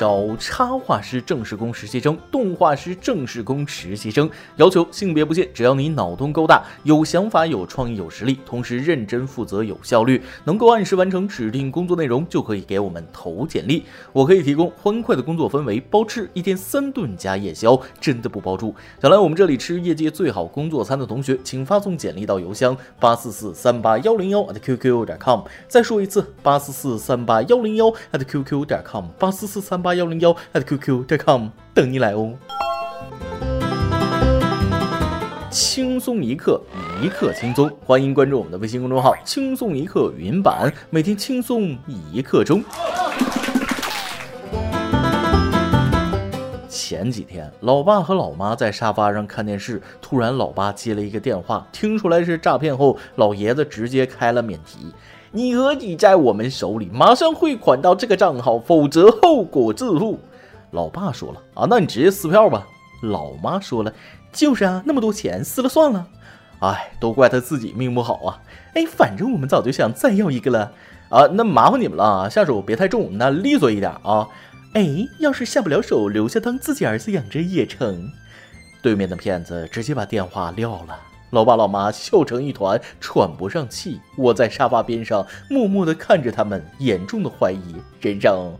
招插画师正式工实习生、动画师正式工实习生，要求性别不限，只要你脑洞够大，有想法、有创意、有实力，同时认真负责、有效率，能够按时完成指定工作内容，就可以给我们投简历。我可以提供欢快的工作氛围，包吃1天3顿加夜宵，真的不包住。想来我们这里吃业界最好工作餐的同学，请发送简历到邮箱844381018@qq.com。再说一次，844381018@qq.com。844381018@qq.com 等你来哦。轻松一刻，一刻轻松，欢迎关注我们的微信公众号轻松一刻语音版，每天轻松1刻钟。前几天老爸和老妈在沙发上看电视，突然老爸接了一个电话，听出来是诈骗后，老爷子直接开了免提，你儿子在我们手里，马上汇款到这个账号，否则后果自负。老爸说了啊，那你直接撕票吧。老妈说了，就是啊，那么多钱撕了算了。哎，都怪他自己命不好啊。哎，反正我们早就想再要一个了啊，那麻烦你们了啊，下手别太重，那利索一点啊。哎，要是下不了手，留下当自己儿子养着也成。对面的骗子直接把电话撂了。老爸老妈笑成一团，喘不上气。我在沙发边上默默地看着他们，严重的怀疑人生。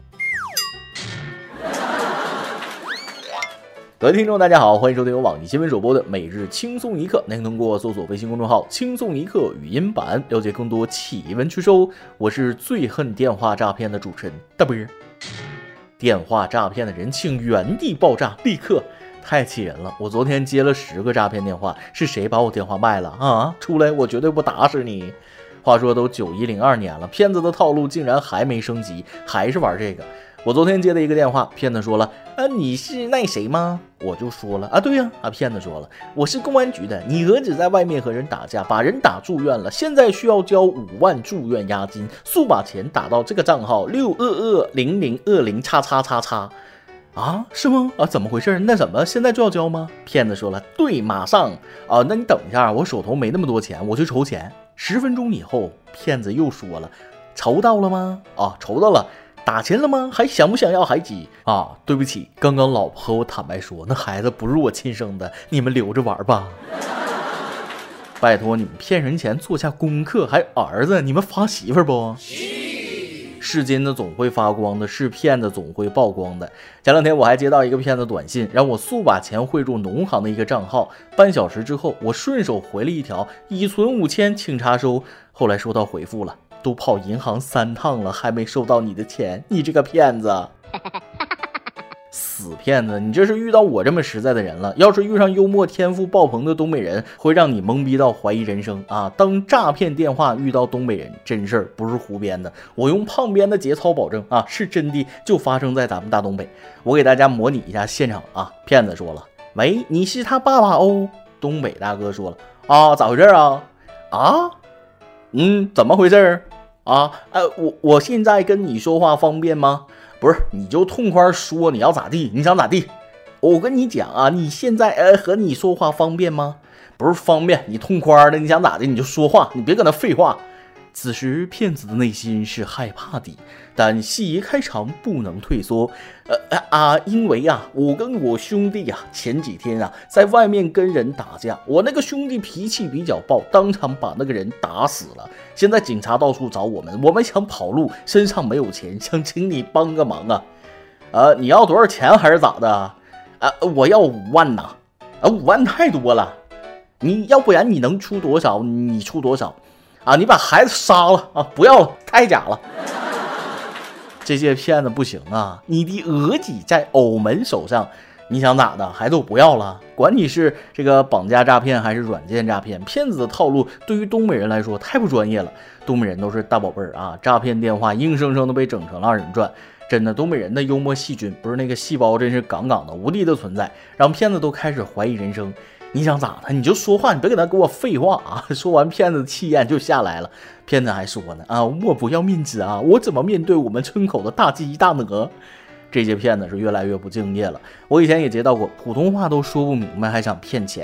各位听众大家好，欢迎收听由网易新闻首播的每日轻松一刻，您通过搜索微信公众号轻松一刻语音版了解更多奇闻趣事。我是最恨电话诈骗的主持人大波。电话诈骗的人请原地爆炸，立刻！太气人了！我昨天接了10个诈骗电话，是谁把我电话卖了啊？出来，我绝对不打死你！话说都9102年了，骗子的套路竟然还没升级，还是玩这个。我昨天接的一个电话，骗子说了，你是那谁吗？我就说了，对呀，骗子说了，我是公安局的，你儿子在外面和人打架，把人打住院了，现在需要交5万住院押金，速把钱打到这个账号6220020XX。啊，是吗？怎么回事？那怎么现在就要交吗？骗子说了，对，马上那你等一下，我手头没那么多钱，我去筹钱。10分钟以后，骗子又说了，筹到了吗？筹到了。打钱了吗？还想不想要孩子对不起，刚刚老婆和我坦白说，那孩子不是我亲生的，你们留着玩吧。拜托你们骗人钱做下功课，还儿子，你们发媳妇儿不？是金子总会发光的，是骗子总会曝光的。前2天我还接到一个骗子短信，让我速把钱汇入农行的一个账号。半小时之后，我顺手回了一条已存5000，请查收。后来收到回复了，都跑银行3趟了，还没收到你的钱，你这个骗子！死骗子，你这是遇到我这么实在的人了。要是遇上幽默天赋爆棚的东北人，会让你懵逼到怀疑人生啊！当诈骗电话遇到东北人，真事儿，不是胡编的。我用胖编的节操保证是真的，就发生在咱们大东北。我给大家模拟一下现场骗子说了，喂，你是他爸爸哦。东北大哥说了，咋回事怎么回事我现在跟你说话方便吗？不是，你就痛快说你要咋地，你想咋地？我跟你讲你现在和你说话方便吗？不是方便，你痛快的，你想咋的你就说话，你别搁那废话。此时骗子的内心是害怕的，但戏一开场不能退缩。因为我跟我兄弟前几天在外面跟人打架，我那个兄弟脾气比较暴，当场把那个人打死了。现在警察到处找我们想跑路，身上没有钱，想请你帮个忙你要多少钱还是咋的我要5万5万太多了，你要不然你能出多少你出多少你把孩子杀了不要了，太假了。这些骗子不行你的儿子在我们手上，你想咋的？孩子我不要了。管你是这个绑架诈骗还是软件诈骗，骗子的套路对于东北人来说太不专业了。东北人都是大宝贝儿诈骗电话硬生生的被整成了2人转。真的，东北人的幽默细菌，不是那个细胞，真是杠杠的无敌的存在，让骗子都开始怀疑人生。你想咋的？你就说话，你别给他给我废话说完，骗子气焰就下来了。骗子还说呢我不要面子我怎么面对我们村口的大鸡大鹅？这些骗子是越来越不敬业了。我以前也接到过，普通话都说不明白还想骗钱。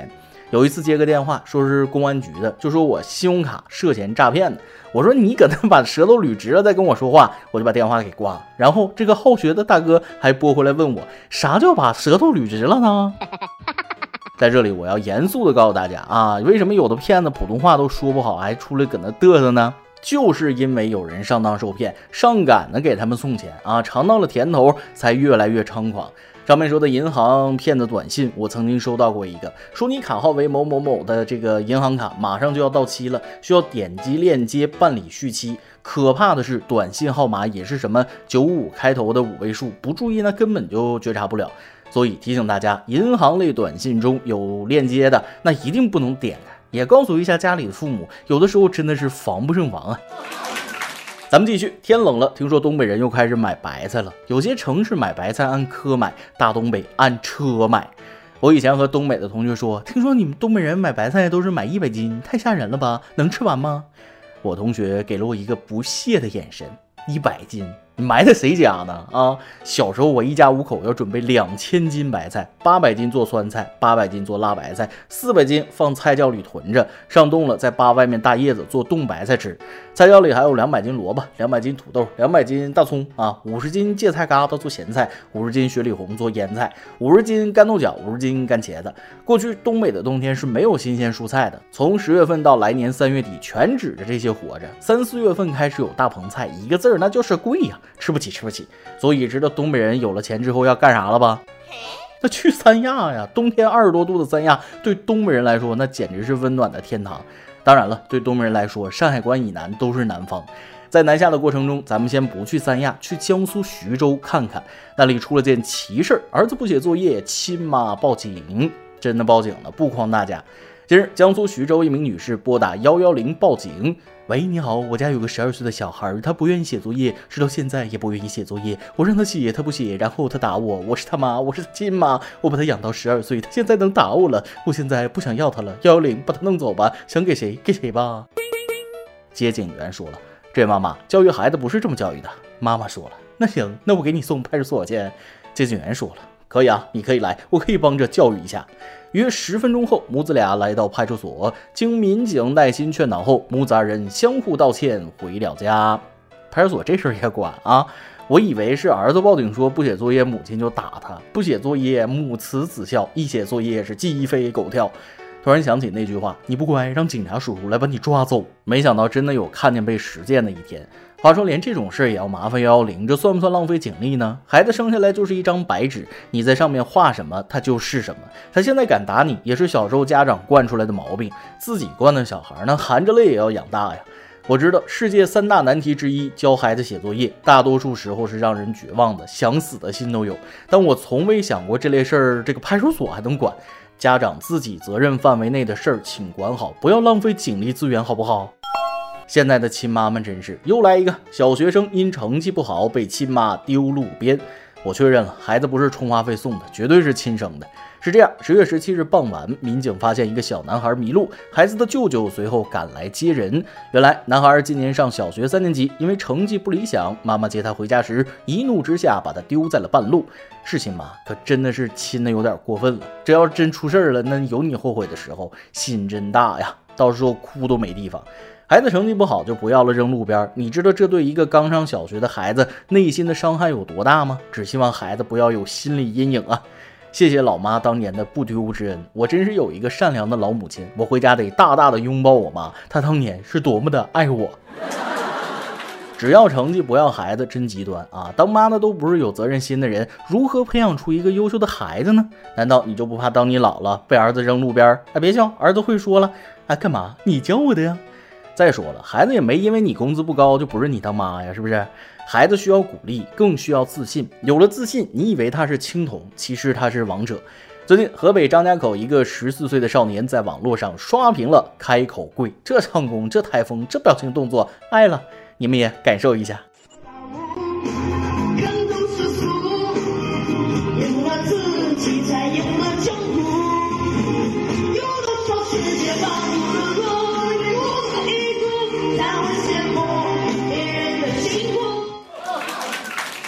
有一次接个电话，说是公安局的，就说我信用卡涉嫌诈骗的。我说你搁那把舌头捋直了再跟我说话，我就把电话给挂了。然后这个好学的大哥还拨回来问我，啥叫把舌头捋直了呢？在这里我要严肃的告诉大家啊，为什么有的骗子普通话都说不好还出来搁那嘚瑟呢？就是因为有人上当受骗，上赶的给他们送钱啊，尝到了甜头才越来越猖狂。上面说的银行骗子短信，我曾经收到过一个，说你卡号为某某某的这个银行卡马上就要到期了，需要点击链接办理续期。可怕的是短信号码也是什么95开头的5位数，不注意呢根本就觉察不了。所以提醒大家，银行类短信中有链接的那一定不能点开。也告诉一下家里的父母，有的时候真的是防不胜防啊。咱们继续，天冷了，听说东北人又开始买白菜了。有些城市买白菜按颗买，大东北按车买。我以前和东北的同学说，听说你们东北人买白菜都是买100斤，太吓人了吧？能吃完吗？我同学给了我一个不屑的眼神，100斤。你埋汰谁家呢？啊！小时候我一家5口要准备2000斤白菜，800斤做酸菜，800斤做辣白菜，400斤放菜窖里囤着，上冻了再扒外面大叶子做冻白菜吃。菜窖里还有200斤萝卜，200斤土豆，200斤大葱啊，50斤芥菜疙瘩做咸菜，50斤雪里红做腌菜，50斤干豆角，50斤干茄子。过去东北的冬天是没有新鲜蔬菜的，从10月份到来年3月底，全指着这些活着。3、4月份开始有大棚菜，一个字儿那就是贵呀。吃不起。所以知道东北人有了钱之后要干啥了吧？那去三亚呀，冬天20多度的三亚对东北人来说那简直是温暖的天堂。当然了，对东北人来说，山海关以南都是南方。在南下的过程中，咱们先不去三亚，去江苏徐州看看，那里出了件奇事，儿子不写作业，亲妈报警，真的报警了，不诓大家。近日，江苏徐州一名女士拨打110报警，喂，你好，我家有个12岁的小孩，他不愿意写作业，直到现在也不愿意写作业。我让他写，他不写，然后他打我，我是他妈，我是他亲妈，我把他养到12岁，他现在能打我了，我现在不想要他了。110，把他弄走吧，想给谁给谁吧。接警员说了，这位妈妈，教育孩子不是这么教育的。妈妈说了，那行，那我给你送派出所去。接警员说了，可以啊，你可以来，我可以帮着教育一下。约10分钟后，母子俩来到派出所，经民警耐心劝导后，母子2人相互道歉，回了家。派出所这事儿也管啊？我以为是儿子报警说不写作业，母亲就打他；不写作业，母慈子孝；一写作业是鸡飞狗跳。突然想起那句话，你不乖，让警察叔叔来把你抓走。没想到真的有看见被实践的一天。话说连这种事也要麻烦110，这算不算浪费警力呢？孩子生下来就是一张白纸，你在上面画什么他就是什么。他现在敢打你，也是小时候家长惯出来的毛病，自己惯的小孩呢，含着泪也要养大呀。我知道世界3大难题之一，教孩子写作业，大多数时候是让人绝望的，想死的心都有。但我从未想过这类事儿，这个派出所还能管。家长自己责任范围内的事儿，请管好，不要浪费警力资源，好不好？现在的亲妈们真是又来一个，小学生因成绩不好被亲妈丢路边。我确认了，孩子不是充话费送的，绝对是亲生的。是这样，10月17日傍晚，民警发现一个小男孩迷路，孩子的舅舅随后赶来接人。原来男孩今年上小学3年级，因为成绩不理想，妈妈接他回家时一怒之下把他丢在了半路。是亲妈，可真的是亲的有点过分了。这要是真出事了，那有你后悔的时候，心真大呀，到时候哭都没地方。孩子成绩不好就不要了，扔路边。你知道这对一个刚上小学的孩子内心的伤害有多大吗？只希望孩子不要有心理阴影啊！谢谢老妈当年的不丢之恩，我真是有一个善良的老母亲，我回家得大大的拥抱我妈，她当年是多么的爱我。只要成绩不要孩子，真极端啊！当妈的都不是有责任心的人，如何培养出一个优秀的孩子呢？难道你就不怕当你老了被儿子扔路边？哎，别笑，儿子会说了，哎，干嘛？你教我的呀？再说了，孩子也没因为你工资不高就不认你当妈呀，是不是？孩子需要鼓励，更需要自信。有了自信，你以为他是青铜，其实他是王者。最近，河北张家口一个14岁的少年在网络上刷屏了开口跪，这唱功，这台风，这表情动作，爱了，你们也感受一下。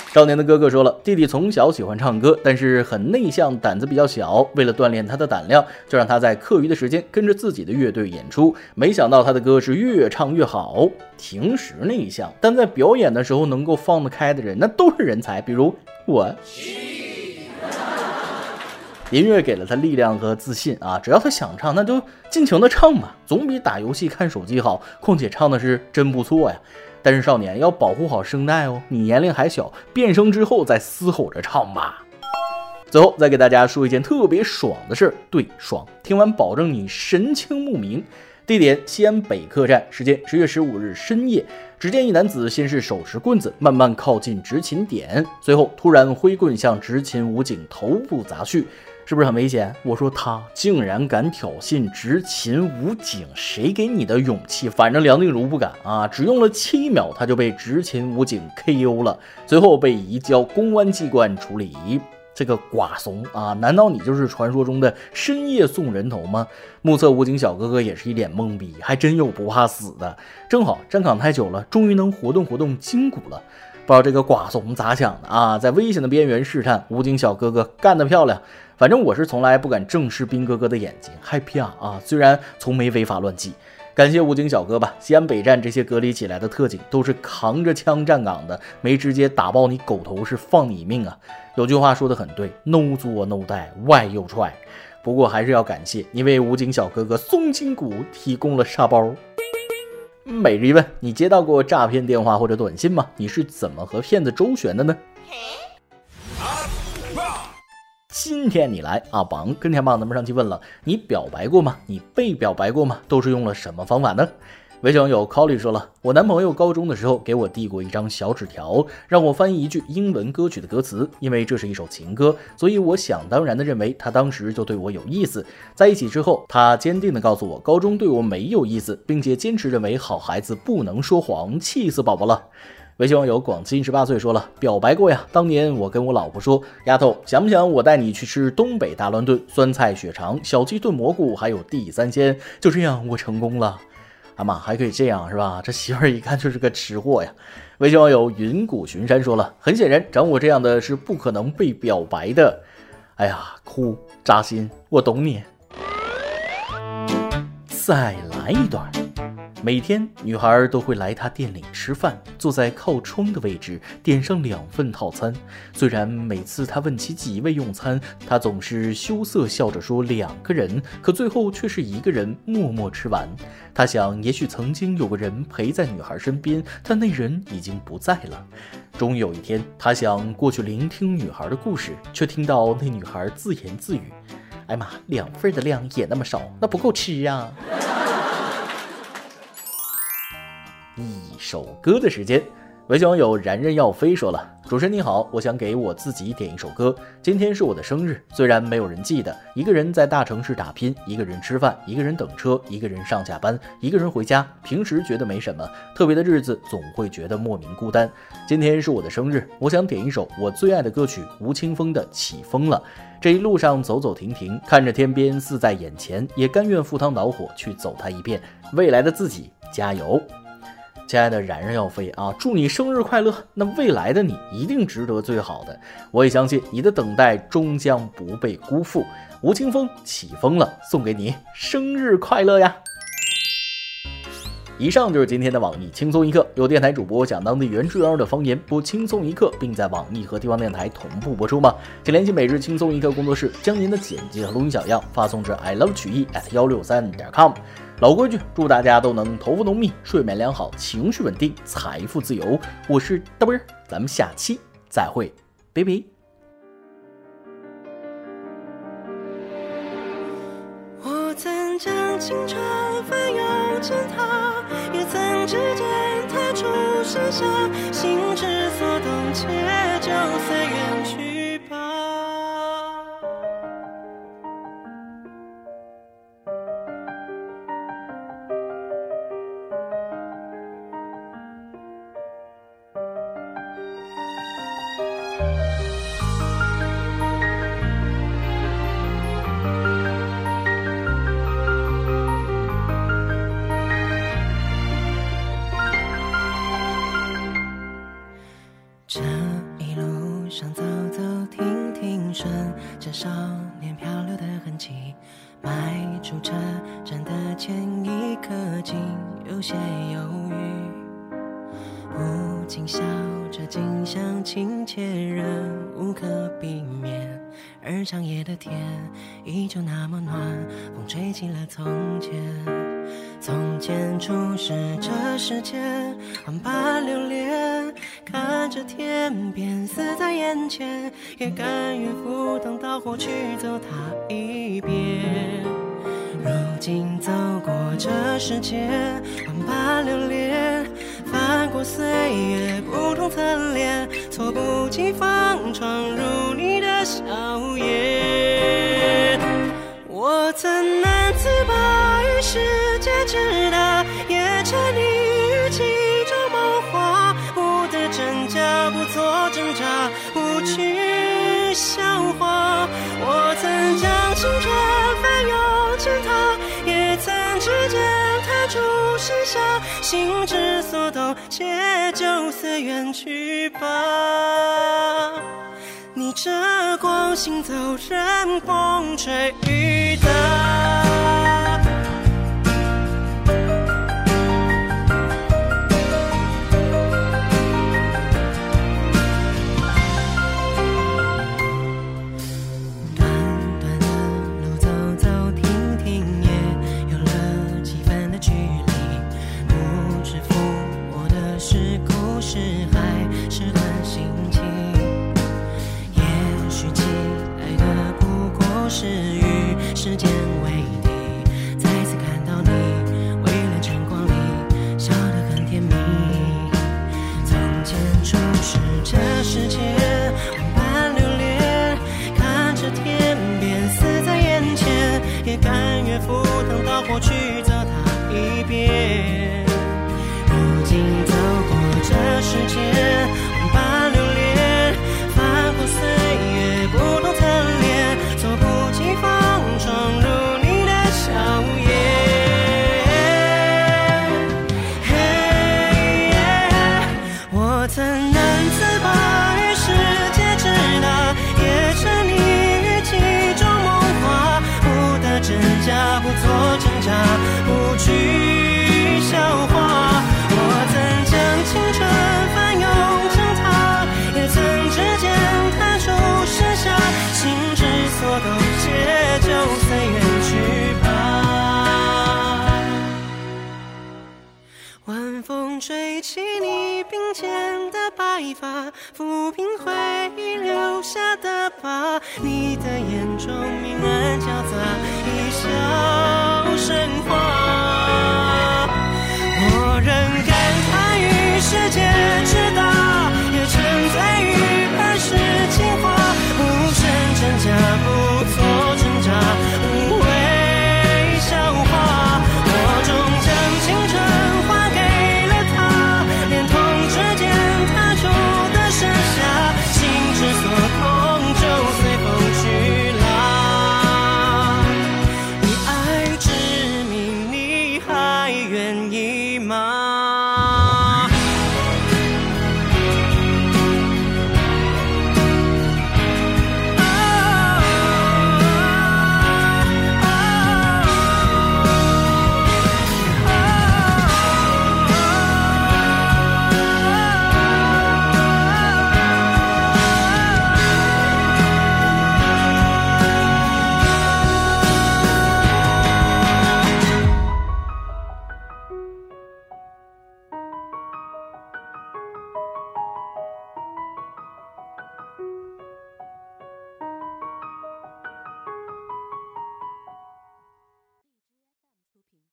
少年的哥哥说了，弟弟从小喜欢唱歌，但是很内向，胆子比较小。为了锻炼他的胆量，就让他在课余的时间跟着自己的乐队演出。没想到他的歌是越唱越好。平时内向，但在表演的时候能够放得开的人，那都是人才。比如我。音乐给了他力量和自信啊！只要他想唱，那就尽情的唱吧，总比打游戏看手机好。况且唱的是真不错呀。但是少年要保护好声带哦，你年龄还小，变声之后再嘶吼着唱吧。最后再给大家说一件特别爽的事，对，爽，听完保证你神清目明。地点西安北客站，时间10月15日深夜。只见一男子先是手持棍子慢慢靠近执勤点，随后突然挥棍向执勤武警头部砸去，是不是很危险？我说他竟然敢挑衅执勤武警，谁给你的勇气？反正梁静茹不敢啊！只用了7秒，他就被执勤武警 KO 了，随后被移交公安机关处理。这个寡怂啊，难道你就是传说中的深夜送人头吗？目测武警小哥哥也是一脸懵逼，还真有不怕死的。正好站岗太久了，终于能活动活动筋骨了。不知道这个寡怂咋想的啊？在危险的边缘试探，武警小哥哥干得漂亮。反正我是从来不敢正视兵哥哥的眼睛，害怕啊！虽然从没违法乱纪。感谢武警小哥吧，西安北站这些隔离起来的特警都是扛着枪站岗的，没直接打爆你狗头是放你命啊！有句话说得很对 ，no 作 no die， 外又踹。不过还是要感谢你为武警小哥哥松筋骨提供了沙包。每日一问，你接到过诈骗电话或者短信吗？你是怎么和骗子周旋的呢？今天你来阿榜跟天榜，咱们上期问了，你表白过吗？你被表白过吗？都是用了什么方法呢？微信网友 Colly 说了，我男朋友高中的时候给我递过一张小纸条，让我翻译一句英文歌曲的歌词，因为这是一首情歌，所以我想当然的认为他当时就对我有意思。在一起之后，他坚定地告诉我高中对我没有意思，并且坚持认为好孩子不能说谎，气死宝宝了。微信网友广清18岁说了，表白过呀，当年我跟我老婆说，丫头想不想我带你去吃东北大乱炖、酸菜血肠、小鸡炖蘑菇还有地三鲜，就这样我成功了。阿妈还可以这样是吧？这媳妇儿一看就是个吃货呀。微信网友云谷巡山说了，很显然长我这样的是不可能被表白的。哎呀，哭扎心，我懂你。再来一段。每天女孩都会来他店里吃饭，坐在靠窗的位置，点上2份套餐。虽然每次他问起几位用餐，他总是羞涩笑着说2个人，可最后却是1个人默默吃完。他想，也许曾经有个人陪在女孩身边，但那人已经不在了。终于有一天，他想过去聆听女孩的故事，却听到那女孩自言自语：哎妈，2份的量也那么少，那不够吃啊。一首歌的时间，微信网友然然耀飞说了，主持人你好，我想给我自己点一首歌。今天是我的生日，虽然没有人记得，一个人在大城市打拼，一个人吃饭，一个人等车，一个人上下班，一个人回家。平时觉得没什么，特别的日子总会觉得莫名孤单。今天是我的生日，我想点一首我最爱的歌曲吴青峰的《起风了》。这一路上走走停停，看着天边似在眼前，也甘愿赴汤蹈火去走它一遍。未来的自己加油。亲爱的然然耀飞啊，祝你生日快乐！那未来的你一定值得最好的，我也相信你的等待终将不被辜负。吴青峰起风了，送给你，生日快乐呀！以上就是今天的网易轻松一刻，有电台主播讲当地原汁原味的方言，播轻松一刻，并在网易和地方电台同步播出吗？请联系每日轻松一刻工作室，将您的简介和录音小样发送至 I love 曲艺 @163.com。老规矩，祝大家都能头发浓密，睡眠良好，情绪稳定，财富自由。我是大波儿，咱们下期再会，拜拜。 我曾将青春翻涌成她，也曾指尖弹出盛夏，心之所动，且就随缘去吧。 着少年漂流的痕迹，迈出车站的前一刻，竟有些犹豫。不禁笑着，近乡情怯，仍无可避免。而长夜的天依旧那么暖，风吹起了从前。从前初识这世间，万般流连，看着天边死在眼前，也甘愿赴汤蹈火去走它一遍。如今走过这世间，万般流连，翻过岁月不同侧脸，措不及防闯入你的笑颜。我曾难自拔于世界之大，也沉溺于其中梦话，不得真假，不做挣扎，不去笑话。我曾将青春翻涌践踏，也曾指尖弹出盛夏，心之所动，且就此远去吧。逆着光行走，任风吹雨打。是与时间为敌，再次看到你，微亮晨光里，笑得很甜蜜。从前初识这世界，万般流连，看着天边死在眼前，也甘愿赴汤蹈火去走它一遍。如今走过这世界，万般流连，翻过岁月不同侧脸，措不及防闯入你的笑颜。我曾难自拔于世界之大，也沉溺于其中梦话，不得真假，不做挣扎，不去笑话。我曾将青春翻涌成塔，也曾指尖弹出盛夏，心之所动，且就随缘去吧。晚风吹起你鬓间的白发，抚平回忆留下的疤，你的眼中明暗